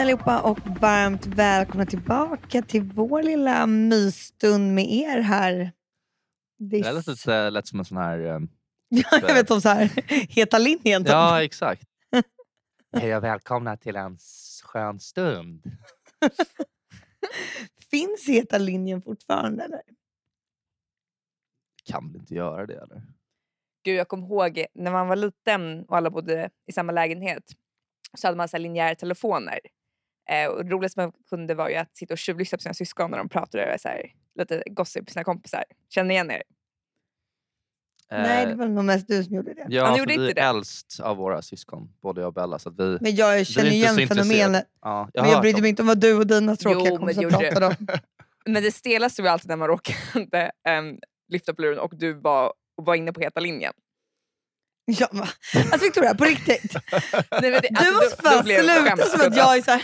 allihopa och varmt välkomna tillbaka till vår lilla mysstund med er här. Det är lätt som en sån här... Ja, jag vet om så här heta linjen. Typ. Ja, exakt. Hej och välkomna till en skön stund. Finns heta linjen fortfarande eller? Kan vi inte göra det eller? Gud, jag kommer ihåg när man var liten och alla bodde i samma lägenhet så hade man så här linjära telefoner. Och det roligaste man kunde var ju att sitta och tjuvlyssna på sina syskon när de pratade så här, lite gossip på sina kompisar. Känner igen er? Nej, det var nog mest du som gjorde det. Ja, gjorde vi inte är det. äldst av våra syskon, både jag och Bella. Så att vi, Men jag känner igen fenomenet. Ja, men jag brydde mig inte om vad du och dina tråkiga Jo, kompisar men pratade om. Men det stelaste var alltid när man råkade lyfta på luren och du var inne på heta linjen. Ja, alltså Victoria, på riktigt. Nej, men du måste fan sluta som att jag är så här...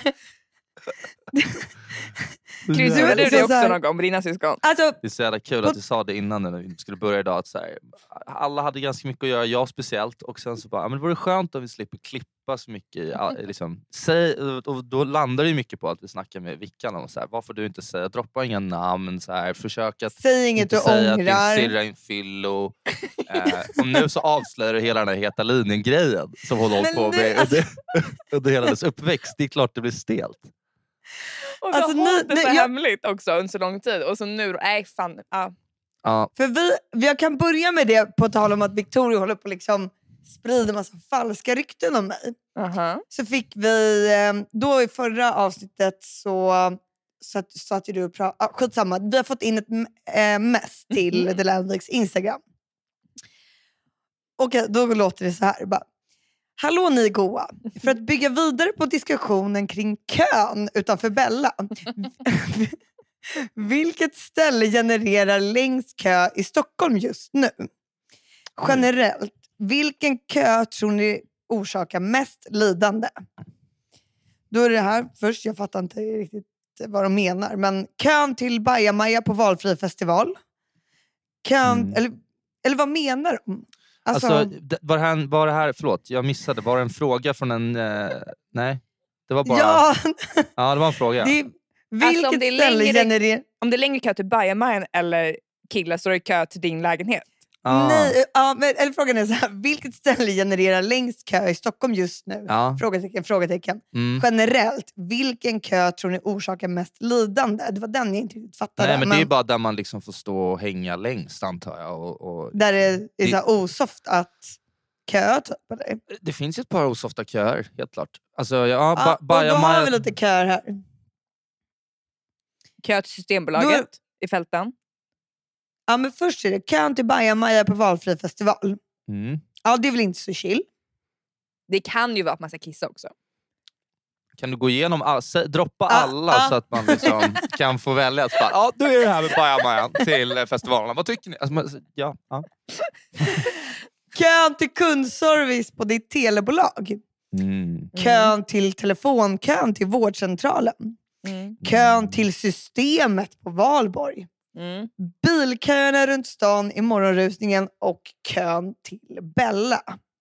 Chris, gjorde du det också någon gång med dina syskon? Alltså, det är så jävla kul att du sa det innan när vi skulle börja idag. Att så här, alla hade ganska mycket att göra, jag speciellt. Och sen så bara, men det vore skönt om vi slipper klippa så mycket. Liksom, och då landar det ju mycket på att vi snackar med Vickan om så här, varför du inte säger, droppa inga namn. Så här, försök att säg inget du säga ångrar. att din syrra är en fyllo. Och nu så avslöjar du hela den här heta linjen-grejen som hon håller på med under hela dess uppväxt. Det är klart det blir stelt. Och så alltså, hållit det så hemligt också under så lång tid. Och så nu, fan. Ja. För jag kan börja med det på tal om att Victoria håller på att liksom sprida massa falska rykten om mig. Så fick vi, då i förra avsnittet så satt ju du och pratade, skitsamma, vi har fått in ett mess till The Landviks Instagram. Okej, då låter det så här bara. Hallå ni goa. För att bygga vidare på diskussionen kring kön utanför Bella. Vilket ställe genererar längst kö i Stockholm just nu? Generellt, vilken kö tror ni orsakar mest lidande? Då är det här, först jag fattar inte riktigt vad de menar. Men kön till Bajamaja på valfri festival. Kön, eller vad menar de? Alltså var det här, förlåt, jag missade, var det en fråga från en, nej, det var bara, ja det var en fråga. Vilket alltså, ställe genererar... Om det är längre kö till Bajamajan eller Killa så är det kö till din lägenhet. Nej, eller frågan är så här, vilket ställe genererar längst kö i Stockholm just nu? Frågetecken. Generellt, vilken kö tror ni orsakar mest lidande? Det var den jag inte riktigt fattade. Nej, men det är bara där man liksom får stå och hänga längst, antar jag. Och där det är så här osoft att kö typ, eller? Det finns ett par osofta köer, helt klart. Alltså, och då har vi lite köer här. Kö till Systembolaget i Fälten. Ja, men först är det kön till Bajamaja på valfri festival. Ja, det är väl inte så chill. Det kan ju vara att man ska kissa också. Kan du gå igenom droppa alla så att man liksom kan få välja? Ja, då är det här med Bajamaja till festivalen. Vad tycker ni? Alltså, ja. Kön till kundservice på ditt telebolag. Kön till telefonkön till vårdcentralen. Kön till systemet på Valborg. Bilköerna runt stan i morgonrusningen och kön till Bella.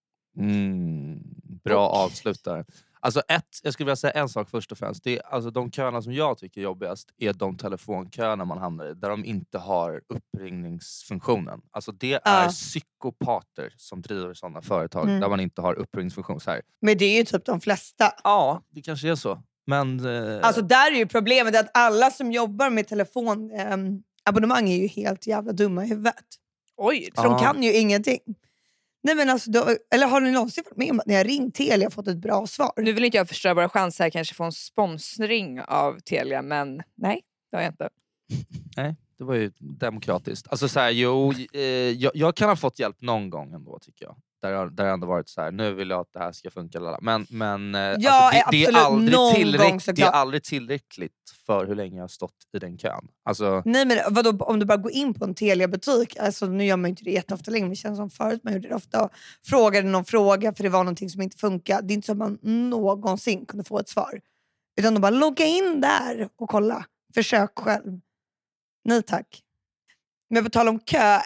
Bra avslutare. Alltså jag skulle vilja säga en sak först och främst. Det är, alltså, de köerna som jag tycker är jobbigast är de telefonköerna man hamnar i. Där de inte har uppringningsfunktionen. Alltså det är psykopater som driver sådana företag. Där man inte har uppringningsfunktion. Så här. Men det är ju typ de flesta. Ja, det kanske är så. Men, alltså där är ju problemet att alla som jobbar med telefonabonnemang är ju helt jävla dumma i huvudet. Oj, för de kan ju ingenting. Nej, men alltså, eller har ni någonsin varit med om att när jag ringt Telia fått ett bra svar? Nu vill inte jag förstöra våra chanser, kanske få en sponsring av Telia, men nej, det har jag inte. Nej, det var ju demokratiskt. Alltså så här, jag kan ha fått hjälp någon gång ändå, tycker jag. Där det ändå varit så här, nu vill jag att det här ska funka. Men ja, alltså, det är aldrig gång, tillräckligt för hur länge jag har stått i den kön. Alltså... Nej, men vadå, om du bara går in på en Telia-butik, alltså nu gör man ju inte det jätteofta längre, det känns som förut man gjorde det ofta, och frågade någon fråga för det var någonting som inte funkar. Det är inte så att man någonsin kunde få ett svar. Utan de bara logga in där och kolla. Försök själv. Nej tack. Men på tal om kö,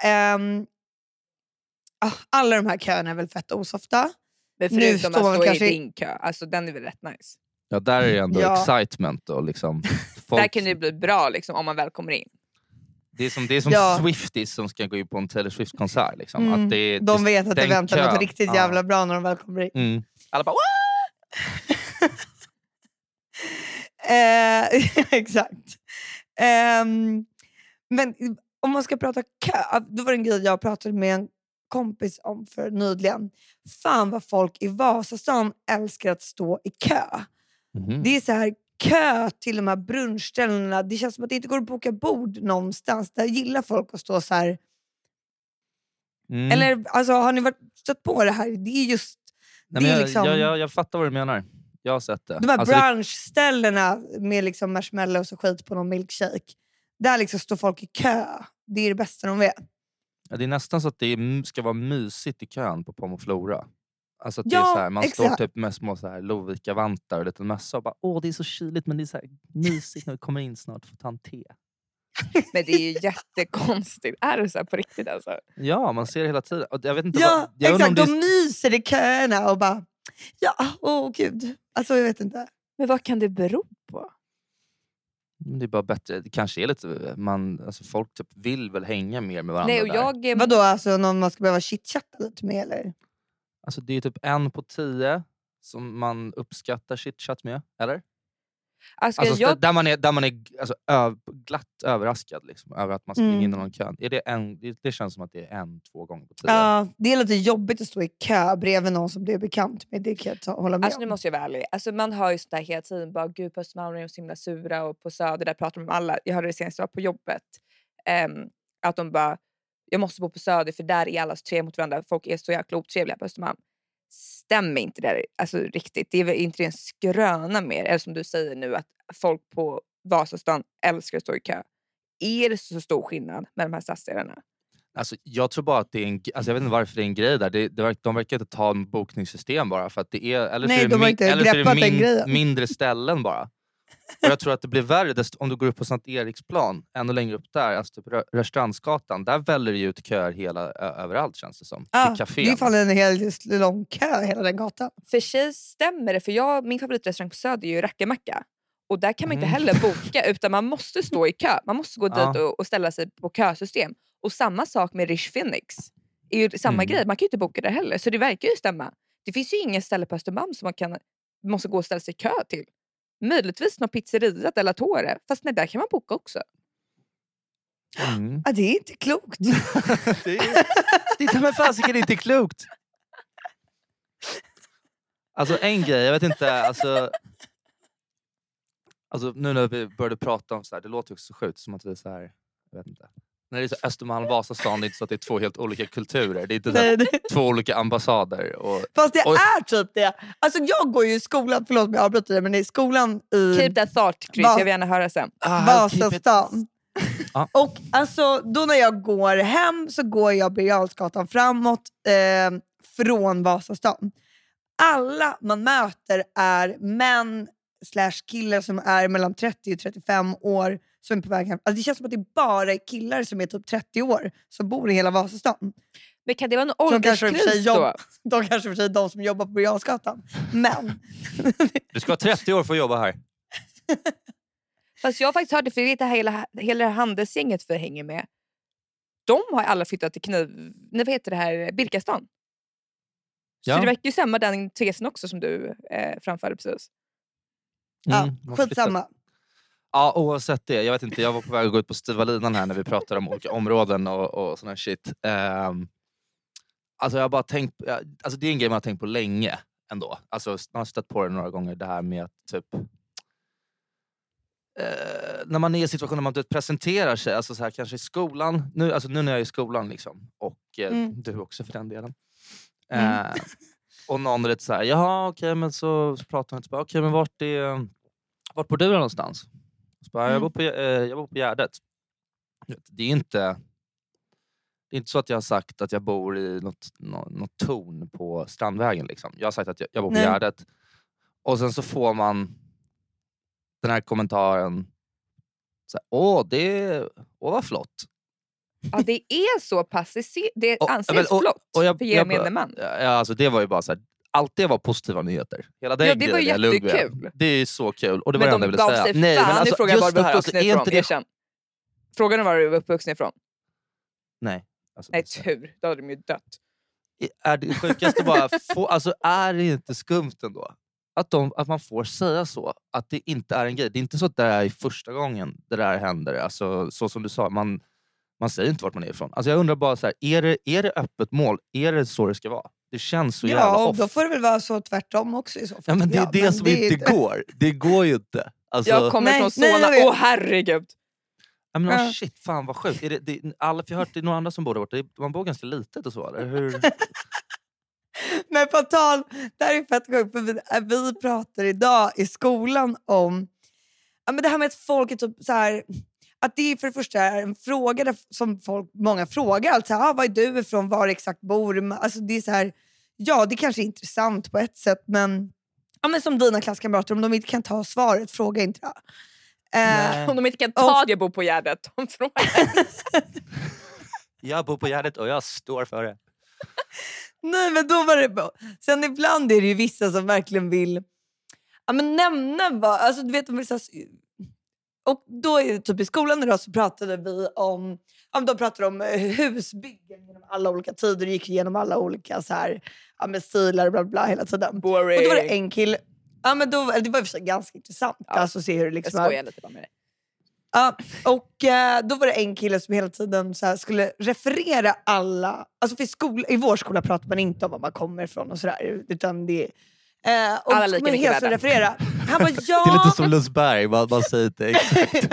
alla de här köerna är väl fett osofta. Men förutom att stå i din kö, alltså den är väl rätt nice. Ja, där är det ändå Ja. excitement och liksom folk, Där kan det bli bra liksom, om man väl kommer in. det är som Ja. Swifties som ska gå in på en Taylor Swift-konsert liksom. Att De vet att det den väntar något kön. riktigt jävla bra när de väl kommer in. Alla bara Exakt. Men om man ska prata kö, då var det en grej jag pratade med en kompis om för nyligen. Fan vad folk i Vasastan älskar att stå i kö. Det är så här kö till de här brunchställena. Det känns som att det inte går att boka bord någonstans. Där gillar folk att stå så här. Eller alltså, har ni stött på det här? Det är just... Nej, det men är liksom, jag fattar vad du menar. Jag har sett det. de här Alltså, brunchställena med liksom marshmallows och skit på någon milkshake. Där liksom står folk i kö. Det är det bästa de vet. det är nästan så att det ska vara mysigt i kön på Pom och Flora. Alltså att det Ja, är så här, man exakt. står typ med små så här Lovika-vantar och lite mössa och bara det är så kyligt men det är så här mysigt när vi kommer in snart och får ta en te. Men det är ju jättekonstigt. Är det så här på riktigt alltså? Ja, man ser det hela tiden. Och jag vet inte Ja, jag undrar om exakt. det De myser i köerna och bara... Ja, gud. Alltså jag vet inte. Men vad kan det bero på? det är bara bättre. Det kanske är lite... Alltså folk typ vill väl hänga mer med varandra Nej, och där. jag... Vadå, alltså någon man ska behöva chitchatta lite med eller? Alltså det är typ 1 på 10 som man uppskattar chitchat med, eller? Alltså, Alltså jag... där man är alltså, glatt överraskad liksom, över att man springer in i någon kön. Är det känns som att det är 1-2 gånger på 10. Ja, det är lite jobbigt att stå i kö bredvid någon som blir bekant med. Det kan jag hålla med Alltså nu om. måste jag vara ärlig. Alltså, man hör ju sådär hela tiden. Bara, gud på Östermalm är de så himla sura. Och på Söder där pratar de om alla. Jag hörde det senast på jobbet. Att de bara, jag måste bo på Söder för där är alla så trevliga mot varandra. Folk är så jäkla otrevliga på Östermalm. Stämmer inte det alltså, riktigt. Det är väl inte en skröna mer. Eller som du säger nu att folk på Vasastan älskar att stå i kö. Är det så stor skillnad med de här stadsdelarna? Alltså, jag tror bara att det är jag vet inte varför det är en grej där. De verkar inte ta en bokningssystem bara för att det är... Eller Nej, så är de har inte greppat den grejen. mindre ställen bara. Och jag tror att det blir värre om du går upp på Sankt Eriksplan, ännu längre upp där, alltså typ Rörstrandsgatan, där väller det ju ut köer överallt känns det som. Ja, till cafén. det är fan en hel lång kö hela den gatan. För sig stämmer det, för min favoritrestaurang på Söder är ju Rackamacka. Och där kan man inte heller boka, utan man måste stå i kö. Man måste gå dit och ställa sig på kösystem. Och samma sak med Rish Phoenix. Är ju samma grej, man kan ju inte boka där heller. Så det verkar ju stämma. Det finns ju ingen ställe på Östermalm som man måste gå och ställa sig i kö till. Möjligtvis någon pizzeria eller Tore. Fast nej, där kan man boka också. Ja, det är inte klokt. det är men fasiken inte klokt. Alltså en grej, jag vet inte, alltså nu när vi började prata om så här, det låter ju också sjukt som att vi är så här, jag vet inte. När det är så Östermalm, Vasastan, det är inte så att det är 2 helt olika kulturer. Det är inte så här, 2 olika ambassader. Fast det är typ det. Alltså jag går ju i skolan, förlåt mig jag avbryter det, men i skolan i Keep that thought, Chris. Jag vill gärna höra sen. Vasastan. Och alltså då när jag går hem så går jag Birger Jarlsgatan framåt från Vasastan. Alla man möter är män / killar som är mellan 30 och 35 år som är på väg hem. Alltså det känns som att det bara är killar som är typ 30 år som bor i hela Vasastan. Men kan det vara en ålderskris då? De kanske för sig de som jobbar på Birger Jarlsgatan. Men du ska vara 30 år för att jobba här. Fast jag har faktiskt hört det, för jag vet hela det handelsgänget vi hänger med. De har alla flyttat till vad heter det här? Birkastan. Så det verkar ju samma den tesen också som du framförde precis. Ja, skitsamma. Ja, oavsett det. Jag vet inte, jag var på väg att gå ut på Stivalinan här när vi pratade om olika områden och sån här shit. Alltså jag har bara tänkt, alltså det är en grej man har tänkt på länge ändå. Alltså man har stött på det några gånger, det här med att typ när man är i situationer man presenterar sig, alltså så här kanske i skolan, nu när jag är i skolan liksom, och du också för den delen. Och någon är lite så här, jaha okej, men så pratar man inte bara, okej men vart bor du någonstans? Så bara, jag bor på Gärdet. Det är inte så att jag har sagt att jag bor i något torn på Strandvägen liksom. Jag har sagt att jag bor på Gärdet. Och sen så får man den här kommentaren så här, vad flott. Ja, det är så pass. Det anses flott för gemene man. Ja, alltså det var ju bara så här, alltid vara positiva nyheter. Hela den det var grejen är lugn med. jättekul. Det är så kul. Och det Men var det enda de jag gav ville sig säga. fan. Nu frågar jag var du var uppvuxen är ifrån. inte det... Erkänn. Frågan är var du var uppvuxen ifrån. Nej. Alltså, Nej, tur. Då hade de ju dött. är det sjukaste bara alltså är det inte skumt ändå att man får säga så, att det inte är en grej. Det är inte så att det är första gången det där händer, alltså så som du sa, man säger inte vart man är ifrån. Alltså jag undrar bara så här, är det öppet mål? Är det så det ska vara? Det känns så jävla Ja, och off. då får det väl vara så tvärtom också i så fall. Ja, men det är det som inte går. Det går ju inte. Alltså, Jag kommer från Solna. Åh herregud. I men, shit, fan vad sjukt. För jag har hört det är några andra som bor där borta. Man bor ganska litet och så, eller hur? Men på tal, det här är fett sjukt. För vi pratar idag i skolan om men det här med att folk är typ så här, att det för det första är en fråga där, som många frågar. Alltså, var är du ifrån? Var exakt bor? Alltså det är så här, ja, det kanske är intressant på ett sätt, men som dina klasskamrater, om de inte kan ta svaret, fråga inte det. Om de inte kan ta det, jag bor på Gärdet. De frågar. Jag bor på Gärdet och jag står för det. Nej, men då var det bra. Sen ibland är det ju vissa som verkligen vill nämna vad, alltså du vet, de vill så här, och då är det typ i skolan idag så pratade vi om de pratade om husbyggen genom alla olika tider, gick igenom alla olika så här stilar bla bla hela tiden. Boring. Och då var det en kille, det var för ganska intressant alltså se hur det liksom jag skojar lite bara med det. Ja, och då var det en kille som hela tiden så här skulle referera alla, alltså för i vår skola pratar man inte om var man kommer ifrån och sådär, utan det och alla lika mycket helt referera. Han bara, ja. Det är lite som Lundsberg, man säger inte exakt.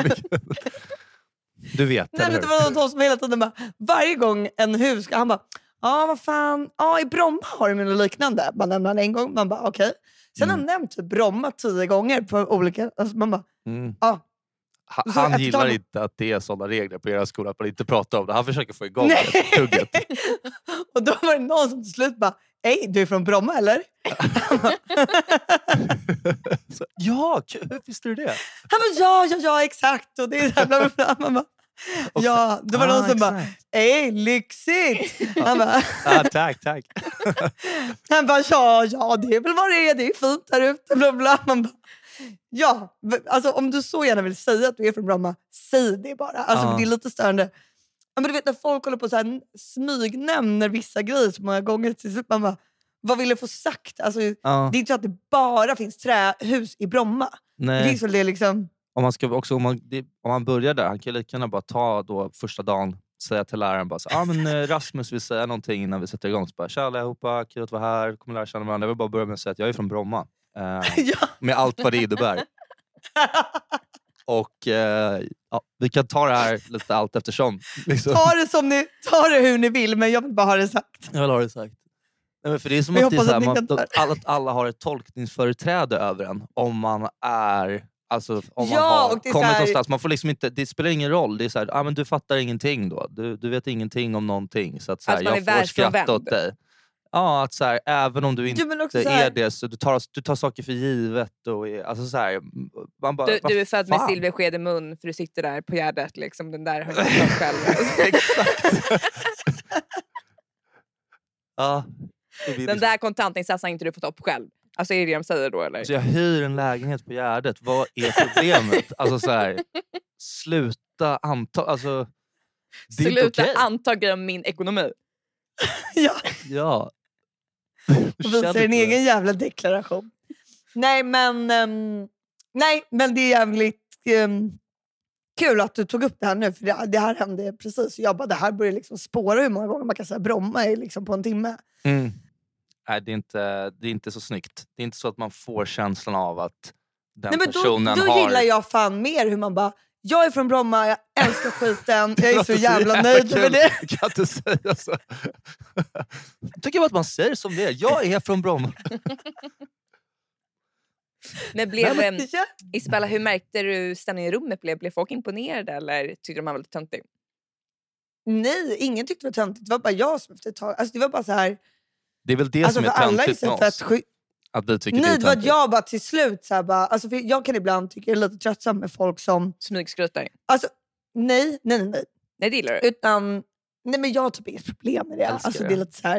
Du vet, nej, men det var någon som hela tiden bara, varje gång en hus, han bara, vad fan, i Bromma har de något liknande. Man nämner en gång, man bara okej. Sen har han nämnt Bromma 10 gånger på olika, alltså man bara, Han gillar inte att det är sådana regler på era skola, att man inte pratar om det. Han försöker få igång tugget. Och då var det någon som till slut bara, hej, du är från Bromma eller? Ja, hur visste du det? Han bara, ja, exakt. Och det är så här bla bla bla. Man bara, ja, det var någon som bara, hej, lyxigt. Han bara, tack. Han bara, ja, det är väl vad det är fint där ute, bla bla. Man bara, ja, alltså om du så gärna vill säga att du är från Bromma, säg det bara. Alltså det är lite störande. Men du vet när folk håller på så här smygnämner vissa grejer så många gånger till slut, man bara, vad vill du få sagt? Alltså, det är inte så att det bara finns trähus i Bromma. Nej. Det finns väl det liksom. Om man börjar där, han kan lika gärna bara ta då första dagen, säga till läraren bara så, men Rasmus vill säga någonting innan vi sätter igång. Så bara, tja allihopa, kul att vara här, kommer lära känna varandra. Jag vill bara börja med att säga att jag är från Bromma. Med allt vad det innebär. Och vi kan ta det här lite allt eftersom. Liksom. Ta det hur ni vill, men jag vill bara ha det sagt. Jag vill ha det sagt. Nej, men för det är som att, det är så här, att alla har ett tolkningsföreträde över en. Om man är... Alltså om man har kommit någonstans, man får liksom inte, det spelar ingen roll. Det är så här, men du fattar ingenting då. Du vet ingenting om någonting. Så att så här, jag får skratta åt dig. Ja, att så här, även om du inte är det, så du tar saker för givet. Och alltså så här, man bara, du är född med silversked i mun för du sitter där på Gärdet. Liksom, den där har du själv. Exakt. Ja, den där kontantinsatsen har inte du fått upp själv. Alltså är det de säger då eller? Så jag hyr en lägenhet på Gärdet. Vad är problemet? Alltså så här, sluta anta, alltså det är sluta inte okej. anta om min ekonomi. Ja. Och visa din egen jävla deklaration. Nej men det är jävligt kul att du tog upp det här nu, för det här hände precis. Jag bara, det här börjar liksom spåra hur många gånger man kan säga Bromma är liksom på en timme. Nej, det är inte så snyggt. Det är inte så att man får känslan av att den personen då gillar jag fan mer hur man bara, jag är från Bromma, jag älskar skiten, jag är så jävla nöjd med det. Jag kan inte säga så. Jag tycker bara att man säger som det är. Jag är från Bromma. Men Isabella, hur märkte du stämningen i rummet? Blev folk imponerade eller tyckte de var lite töntig? Nej, ingen tyckte det var töntigt. Det var bara jag som efter ett tag, alltså det var bara så här. Det är väl det som är töntigt med oss. Att vi tycker nej, det var jag bara till slut så här, bara, alltså för jag kan ibland tycka det är lite tröttsamt med folk som smygskrutar. Alltså nej. Nej, det gillar du. Utan nej, men jag har typ inget problem med det. Alltså det är lite så här,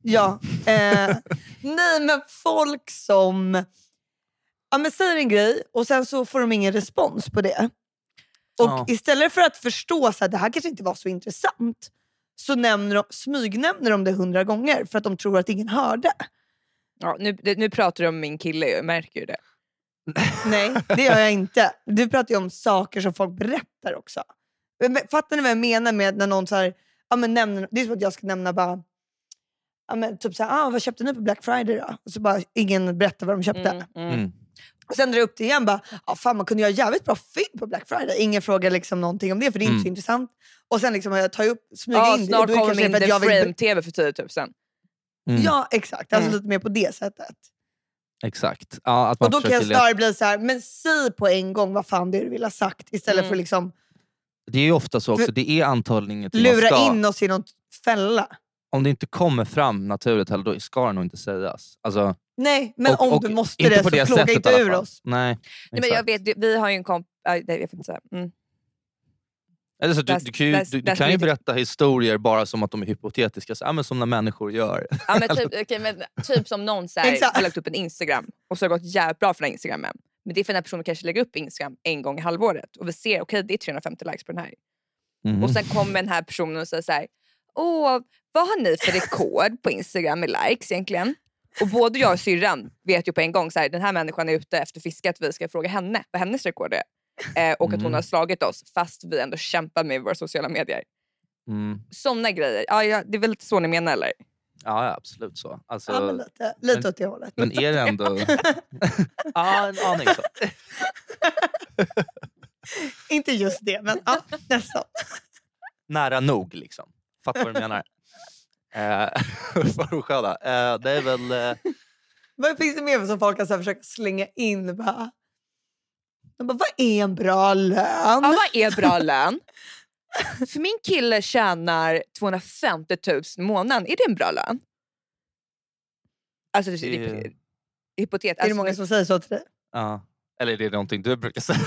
Ja. Nej, men folk som säger en grej och sen så får de ingen respons på det. Och istället för att förstå att det här kanske inte var så intressant, så smygnämner de det 100 gånger för att de tror att ingen hörde. Ja, nu pratar du om min kille, jag märker ju det. Nej, det gör jag inte. Du pratar ju om saker som folk berättar också. Fattar ni vad jag menar med när någon så här, nämner, det är som att jag ska nämna bara, typ så här, vad köpte ni på Black Friday då? Och så bara ingen berättar vad de köpte. Och sen drar jag upp det igen bara, fan man kunde göra jävligt bra film på Black Friday. Ingen frågar liksom någonting om det för det är inte så intressant. Och sen liksom jag tar upp, smyger in det. Snart kommer min The Frame-tv för 10 000. Ja, exakt. Alltså lite mer på det sättet. Exakt. Ja, att man och då kan jag snarare bli så här, men säg på en gång vad fan det är du vill ha sagt. Istället för liksom... Det är ju ofta så också, det är antagligen inget lura in oss i någon fälla. Om det inte kommer fram naturligt heller, då ska det nog inte sägas. Alltså, nej, men om du måste det så plåga inte ur oss. Nej, men jag vet, vi har ju en jag får inte säga. Alltså, du kan ju berätta historier bara som att de är hypotetiska, men som när människor gör. Ja, men typ som någon har lagt upp en Instagram och så har det gått jävligt bra för den här Instagrammen. Men det är för den här personen kanske lägger upp Instagram en gång i halvåret och vi ser, det är 350 likes på den här. Och sen kommer den här personen och säger så här, vad har ni för rekord på Instagram med likes egentligen? Och både jag och syrran vet ju på en gång så här, den här människan är ute efter fiske, att vi ska fråga henne vad hennes rekord är. Och att hon har slagit oss fast vi ändå kämpar med våra sociala medier. Såna grejer. Ja, det är väl lite så ni menar, eller? Ja, absolut så. Alltså, ja, men lite åt det hållet. Men är det ändå... ja, en aning så. Inte just det, men nästan. Nära nog, liksom. Fattar vad du menar. Vad sköna. Det är väl... Vad finns det mer som folk kan försöka slänga in? Bara, vad är en bra lön? Ja, vad är bra lön? För min kille tjänar 250 000 i månaden. Är det en bra lön? Alltså, hypotet. Är det många som säger så till dig? Ja. Eller är det någonting du brukar säga?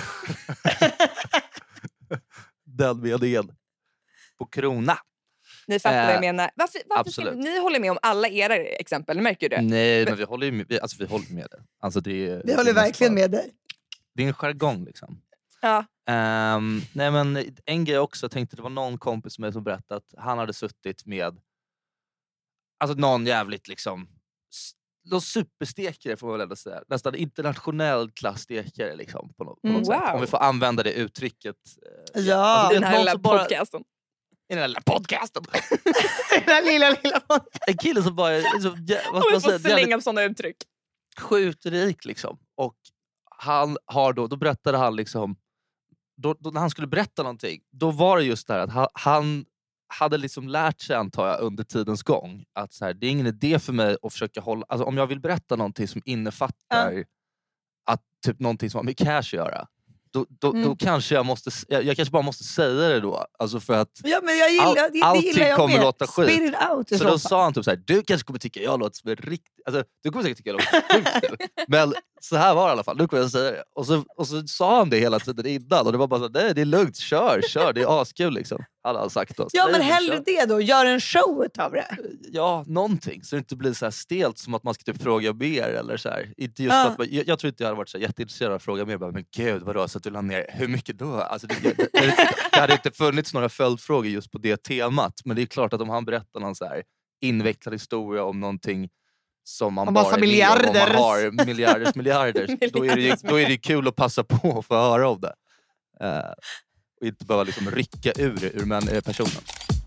Den meningen. På krona. Ni fattar vad jag menar. Varför ni håller med om alla era exempel, märker du det? Nej, men vi håller ju med, vi håller med det. Alltså vi håller verkligen med dig. Det är en jargong liksom. Ja. Nej, men en grej också, jag tänkte det var någon kompis med som berättade att han hade suttit med någon jävligt liksom någon superstekare får man väl säga. Nästan internationell klassstekare liksom på något sätt. Om vi får använda det uttrycket. Ja, den här lilla podcasten. I den här lilla podcasten. Den här lilla podcasten. En kille som bara vad ska man säga, slänga på sådana uttryck. Sjukt rik liksom. Och han har då berättade han liksom då när han skulle berätta någonting, då var det just det här att han hade liksom lärt sig, antar jag, under tidens gång att så här, det är ingen idé för mig att försöka hålla, alltså om jag vill berätta någonting som innefattar att typ någonting som har med cash att göra, då kanske jag kanske bara måste säga det då, alltså för att men jag gillar, allting jag kommer med. låta skit. Spit it out, så då sa han typ så här, du kanske kommer tycka jag låter som en riktigt, alltså du kommer säkert tycka jag låter sjukt, men så här var det i alla fall, nu kommer jag säga det. Och så sa han det hela tiden innan och det var bara så, nej det är lugnt, kör, det är askul liksom, hade han sagt oss. Ja, men hellre det då, gör en show av det. Ja, någonting, så det inte blir så här stelt som att man ska typ fråga mer eller så här. Inte just att jag tror inte jag hade varit så jätteintresserad av att fråga mer, bara, men gud vadå, så att du la ner, hur mycket då? Alltså det hade inte funnits några följdfrågor just på det temat, men det är klart att om han berättar någon så här invecklad historia om någonting som man bara är med om, man har miljarders då är det kul att passa på att få höra om det. Och inte behöva liksom rycka ur personen.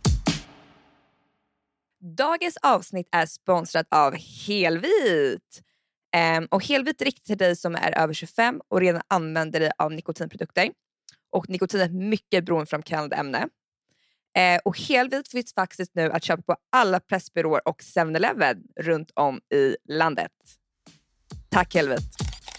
Dagens avsnitt är sponsrat av Helvit. Och Helvit riktar till dig som är över 25 och redan använder dig av nikotinprodukter. Och nikotin är ett mycket beroendeframkallande ämne. Och Helvit finns faktiskt nu att köpa på alla pressbyråer och 7-Eleven runt om i landet. Tack Helvit.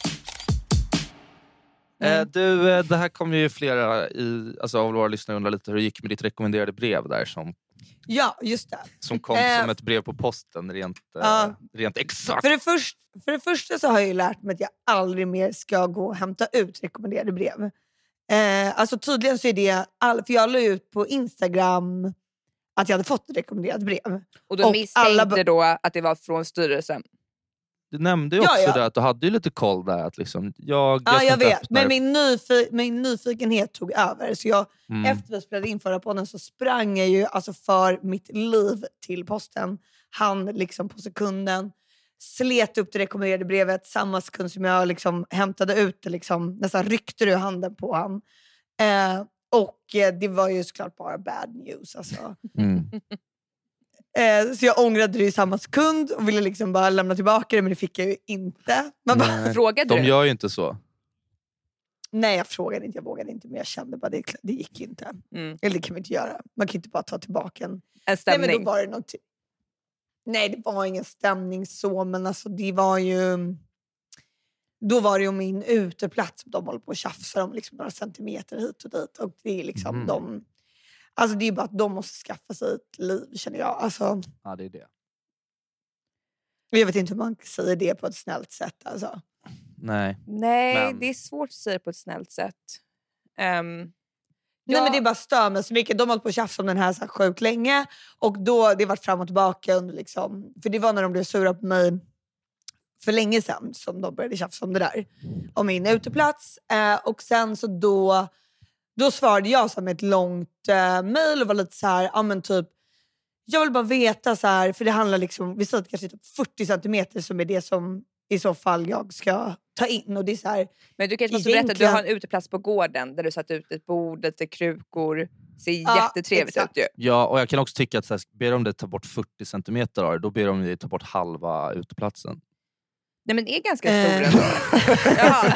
Det här kommer ju flera av våra lyssnare undra lite hur det gick med ditt rekommenderade brev där som... Ja, just det. Som kom som ett brev på posten rent exakt. För det första så har jag ju lärt mig att jag aldrig mer ska gå och hämta ut rekommenderade brev. Alltså tydligen så är det för jag la ut på Instagram att jag hade fått ett rekommenderat brev. Och du Och misstänkte då att det var från styrelsen? Du nämnde ju också det att du hade ju lite koll där. Att liksom, jag vet. Men min nyfikenhet tog över. Så efter vi spelade in förra podden så sprang jag ju alltså för mitt liv till posten. Han liksom på sekunden slet upp det rekommenderade brevet samma sekund som jag liksom hämtade ut det. Liksom, nästan ryckte det ur handen på han. Och det var ju såklart bara bad news. Alltså. Så jag ångrade det i samma sekund och ville liksom bara lämna tillbaka det, men det fick jag ju inte. Frågade du? De gör ju inte så. Nej, jag frågade inte, jag vågade inte, men jag kände bara det gick inte. Eller det kan vi inte göra. Man kan inte bara ta tillbaka en stämning. Nej, men då var det något. Nej, det var ingen stämning så, men alltså det var ju... Då var det ju min uteplats. De håller på att tjafsa om liksom några centimeter hit och dit. Och det är liksom de... Alltså det är bara att de måste skaffa sig ett liv, känner jag. Alltså, ja, det är det. Jag vet inte hur man säger det på ett snällt sätt. Alltså. Nej, men... det är svårt att säga på ett snällt sätt. Nej, men det är bara stör mig så mycket. De har hållit på att tjafsa om den här så sjukt länge. Och då, det har varit fram och tillbaka under liksom... För det var när de blev sura på mig för länge sedan som de började tjafsa om det där. Om min uteplats. Och sen så då svarade jag som ett långt mejl och var lite så här, ja men typ, jag vill bara veta så här, för det handlar liksom, vi säger kanske typ 40 centimeter som är det som i så fall jag ska ta in. Och det är så här, men du kanske måste berätta att du har en uteplats på gården där du satt ut ett bord, lite krukor, ser jättetrevligt ut ju. Ja, och jag kan också tycka att så här, ber de dig ta bort 40 centimeter av det, då ber de dig ta bort halva uteplatsen. Nej, men det är ganska stor ändå. Ja.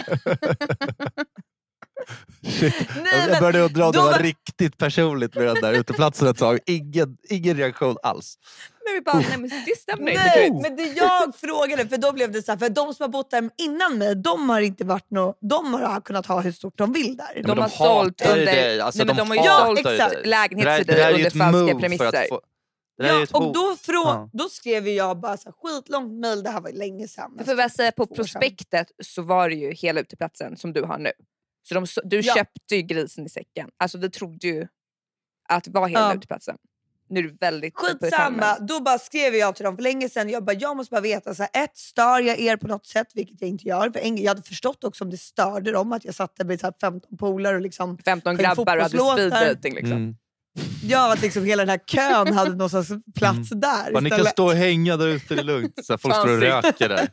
Nej, jag började dra det var riktigt personligt med den där uteplatsen ett tag. Ingen reaktion alls. Men vi bara, nej men det stämmer inte. Nej, men det jag frågade, för då blev det så här, för de som har bott där innan mig, de har inte varit de har kunnat ha hur stort de vill där. De har sålt under, alltså, nej, men de har ju sålt lägenhet för dig under falska premisser. Och då skrev jag bara så här, skitlångt mejl, det här var länge sedan. För att säga, på prospektet så var det ju hela uteplatsen som du har nu. Så du köpte ju grisen i säcken. Alltså du trodde ju att det var hela uteplatsen. Nu är du väldigt... Skitsamma, då bara skrev jag till dem för länge sedan. Jag måste bara veta, så här, stör jag er på något sätt, vilket jag inte gör. För jag hade förstått också om det störde dem att jag satte med 15 polare och liksom 15 grabbar och hade speeddating liksom. Ja, att liksom hela den här kön hade någon sorts plats där. Men ni kan stå och hänga där ute, det är lugnt. Så folk står och röker där.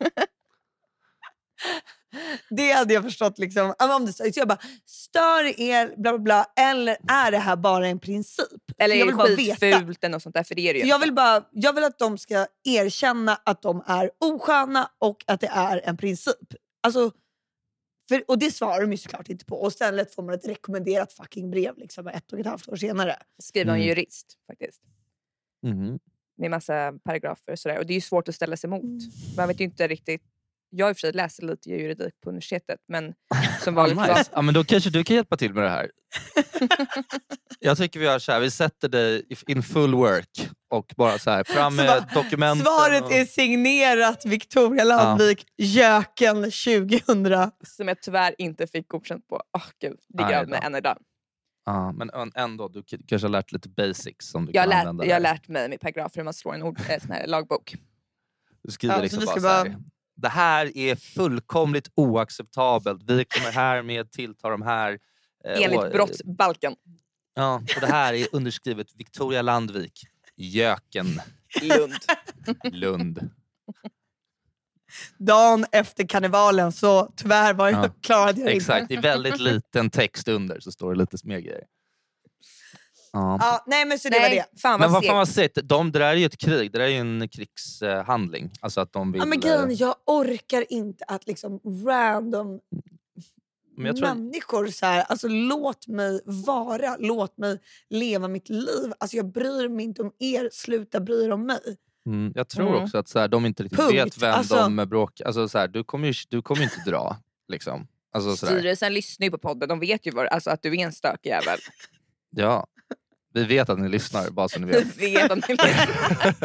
Det hade jag förstått liksom. Om det, så jag bara, stör er bla bla bla, eller är det här bara en princip? Eller jag är det skitfult eller något sånt där, för det är det ju. Jag vill att de ska erkänna att de är osköna och att det är en princip. Alltså, och det svarar de ju såklart inte på. Och sen får man ett rekommenderat fucking brev liksom 1,5 år senare. Skriver en jurist faktiskt. Med massa paragrafer och sådär. Och det är ju svårt att ställa sig emot. Man vet ju inte riktigt. Jag har i och för sig läst lite juridik på universitetet, men som vanligt nice. Ja, men då kanske du kan hjälpa till med det här. Jag tycker vi gör så här, vi sätter dig in full work och bara så här, fram med dokumenten. Svaret är signerat Victoria Landvik, Jöken 2000. Som jag tyvärr inte fick godkänt på. Gud, ligger jag med än idag. Ja, men ändå, du kanske har lärt lite basics som du jag kan använda. Jag har lärt mig med paragrafer hur man slår en sån här lagbok. Du skriver liksom bara så här. Det här är fullkomligt oacceptabelt. Vi kommer här med tillta de här... enligt brottsbalken. Ja, och det här är underskrivet Victoria Landvik. Jöken. Lund. Dagen efter karnevalen så tyvärr var jag klarade jag exakt, inte. det är väldigt liten text under så står det lite mer grejer. Nej men så det var det. Men vad fan var sett? Det där är ju ett krig, det där är ju en krigshandling. Alltså att de vill... Ja men grejen, jag orkar inte att liksom random människor så här, alltså låt mig vara, låt mig leva mitt liv. Alltså jag bryr mig inte om er, sluta bry er om mig. Jag tror också att så här, de inte riktigt vet vem de bråkar. Alltså så här, du kommer ju inte dra liksom. Alltså, styrelsen lyssnar ju på podden, de vet ju att du är en stökig jävel. Ja. Vi vet att ni lyssnar, bara så ni vet. Vi vet att ni lyssnar.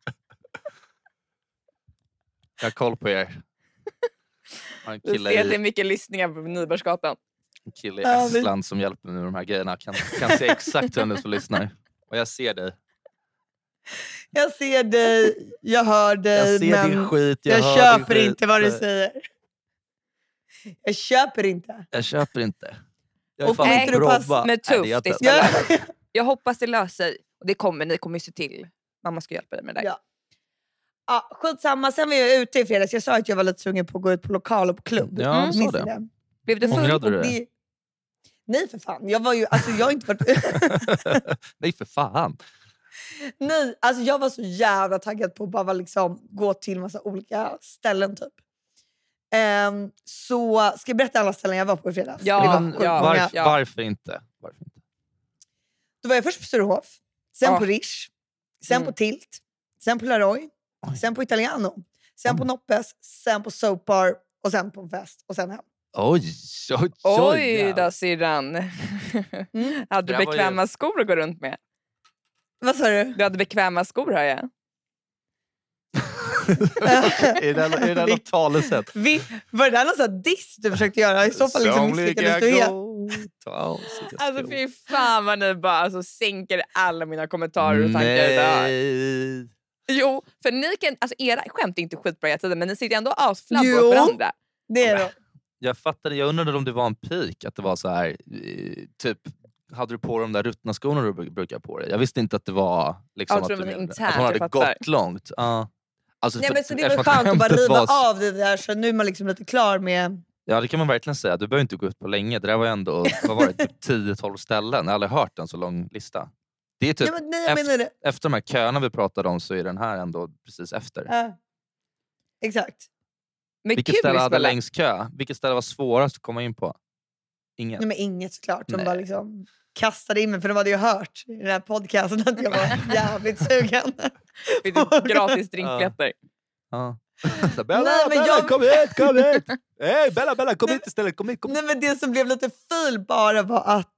Jag har koll på er. Du ser att det är mycket lyssningar på Nybergsgatan. En kille i Estland som hjälper mig med de här grejerna kan se exakt hur som lyssnar. Och jag ser dig. Jag ser dig, jag hör dig, Jag ser men din skit, jag hör köper din skit. inte vad du säger. Jag köper inte. Jag köper inte. Jag är Och fan inte du Robba. pass med Nej, tufft det är istället. jag inte. Jag hoppas det löser sig. Och det kommer, ni kommer ju se till. Mamma ska hjälpa dig med det där. Ja. Ja, skitsamma, sen var jag ute i fredags. Jag sa att jag var lite sugen på att gå ut på lokal och på klubb. Ja, du sa Minns det. ni det? Blev du full? Ångrade du Och det? Nej för fan, jag har inte varit... Nej för fan. Nej, alltså jag var så jävla taggad på att bara liksom gå till massa olika ställen typ. Så ska jag berätta alla ställen jag var på i fredags? Ja, Det var Men sjukt ja, många. varför inte? Varför inte? Då var jag först på Sturehof, sen Ja. på Rish, sen på Tilt, sen på Laroy, sen på Italiano, sen på Noppes, sen på Soapbar och sen på en fest och sen hem. Oj. Oj då syrran. Hade Det du här var bekväma skor att gå runt med? Vad sa du? Du hade bekväma skor hör jag. Är det något talesätt? Var det där någon sån här diss du försökte göra? I så fall liksom misslyckades du helt. Alltså fy fan vad ni bara alltså, sänker alla mina kommentarer och tankar där. Nej. Jo, för ni kan, alltså era skämt är inte skitbra hela tiden men ni sitter ändå asflabba Jo. på varandra. Det är det. Jag undrade om det var en peak, att det var så här typ, hade du på de där ruttna skorna du brukar på dig? Jag visste inte att det var liksom, Jag tror att, det var du, internt, att hon hade jag fattar. gått långt. Alltså, Nej, för- men så det var eftersom skönt att bara skämtet riva var- av det där så nu är man liksom lite klar med... Ja, det kan man verkligen säga. Du behöver inte gå ut på länge. Det där var ju ändå, vad var det, typ 10-12 ställen. Jag har aldrig hört en så lång lista. Det är typ, Nej, jag menar det. efter de här köerna vi pratade om så är den här ändå precis efter. Ja. Exakt. Men Vilket kul ställe hade Isabella. längst kö? Vilket ställe var svårast att komma in på? Inget. Nej, men inget såklart. De Nej. bara liksom kastade in mig för de hade ju hört i den här podcasten att jag var jävligt sugen. Fick du gratis drinkbiljetter. Ja. Så, Bella, Nej, men Bella, jag- kom hit! Hej, Bella, kom hit istället. Kom hit. Nej, men det som blev lite fil bara var att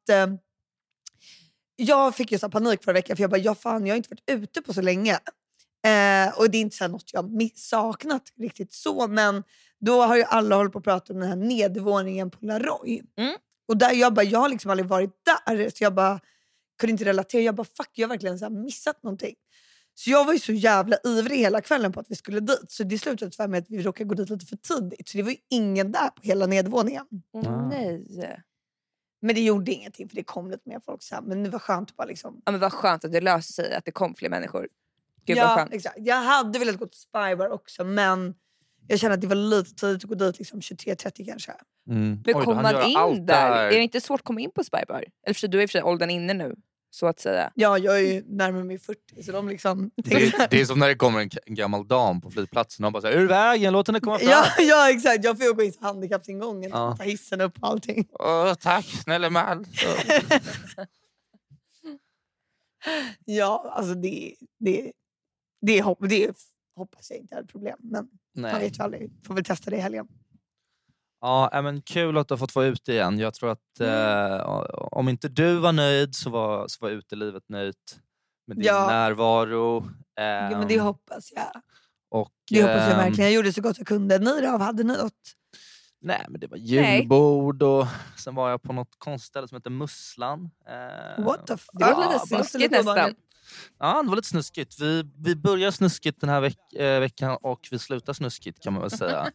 jag fick ju så panik förra veckan för jag bara, jag har inte varit ute på så länge. Och det är inte så här något jag saknat riktigt så, men då har ju alla hållit på att prata om den här nedervåningen på Laroy. Mm. Och där jag har liksom aldrig varit där, så jag bara kunde inte relatera. Jag bara, fuck, jag har verkligen så här missat någonting. Så jag var ju så jävla ivrig hela kvällen på att vi skulle dit. Så det slutade för mig att vi råkade gå dit lite för tidigt. Så det var ju ingen där på hela nedervåningen. Nej. Men det gjorde ingenting för det kom lite mer folk så här. Men det var skönt att bara liksom... Ja, men vad skönt att det löser sig, att det kom fler människor. Gud vad Ja, skönt. exakt. Jag hade velat gå till Spybar också, men jag kände att det var lite tidigt att gå dit liksom 23:30 kanske. Mm. Men Oj, kommer han gör man in allt där? Är det inte svårt att komma in på Spybar? Eller för du är i och för sig åldern inne nu, så att säga. Ja, jag är ju närmare mig 40 så de liksom... Det är som när det kommer en gammal dam på flygplatsen och bara säger, ur vägen, låt henne komma fram. Ja, exakt. Jag får ju gå in till handikappsingången Ja. och ta hissen upp och allting. Tack, snälla man. Ja, alltså det hoppas jag inte är ett problem. Men man Nej. vet ju aldrig. Får väl testa det i helgen. Ja, men kul att du har fått vara ute igen. Jag tror att om inte du var nöjd så var utelivet nöjt med din närvaro. Ja, men det hoppas jag. Och, Det hoppas jag verkligen. Jag gjorde så gott jag kunde. Ni då? Hade ni något? Nej, men det var julbord och sen var jag på något konstställe som heter Musslan. What the fuck? Det var lite snuskigt nästan. Ja, det var lite snuskigt. Vi börjar snuskigt den här veckan och vi slutar snuskigt kan man väl säga.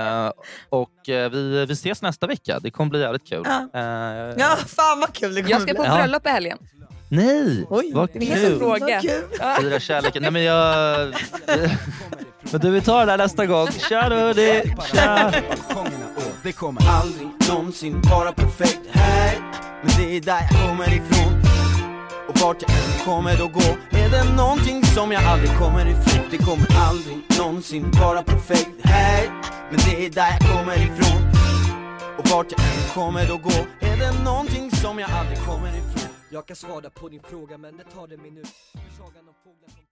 Vi ses nästa vecka. Det kommer bli jävligt kul. Ja, fan vad kul det kommer Jag ska bli. på bröllop i helgen. Nej, Oj, vad det är så kul. fråga. Vad kul. Fira kärleken. Nej, men men du, vi tar det där nästa gång. Tja då, tja. Det kommer aldrig någonsin vara perfekt här, men det är där jag kommer ifrån. Och vart jag än kommer då gå är det någonting som jag aldrig kommer ifrån. Det kommer aldrig någonsin vara perfekt här, men det är där jag kommer ifrån. Och vart jag än kommer då gå är det någonting som jag aldrig kommer ifrån. Jag kan svara på din fråga men det tar det minut.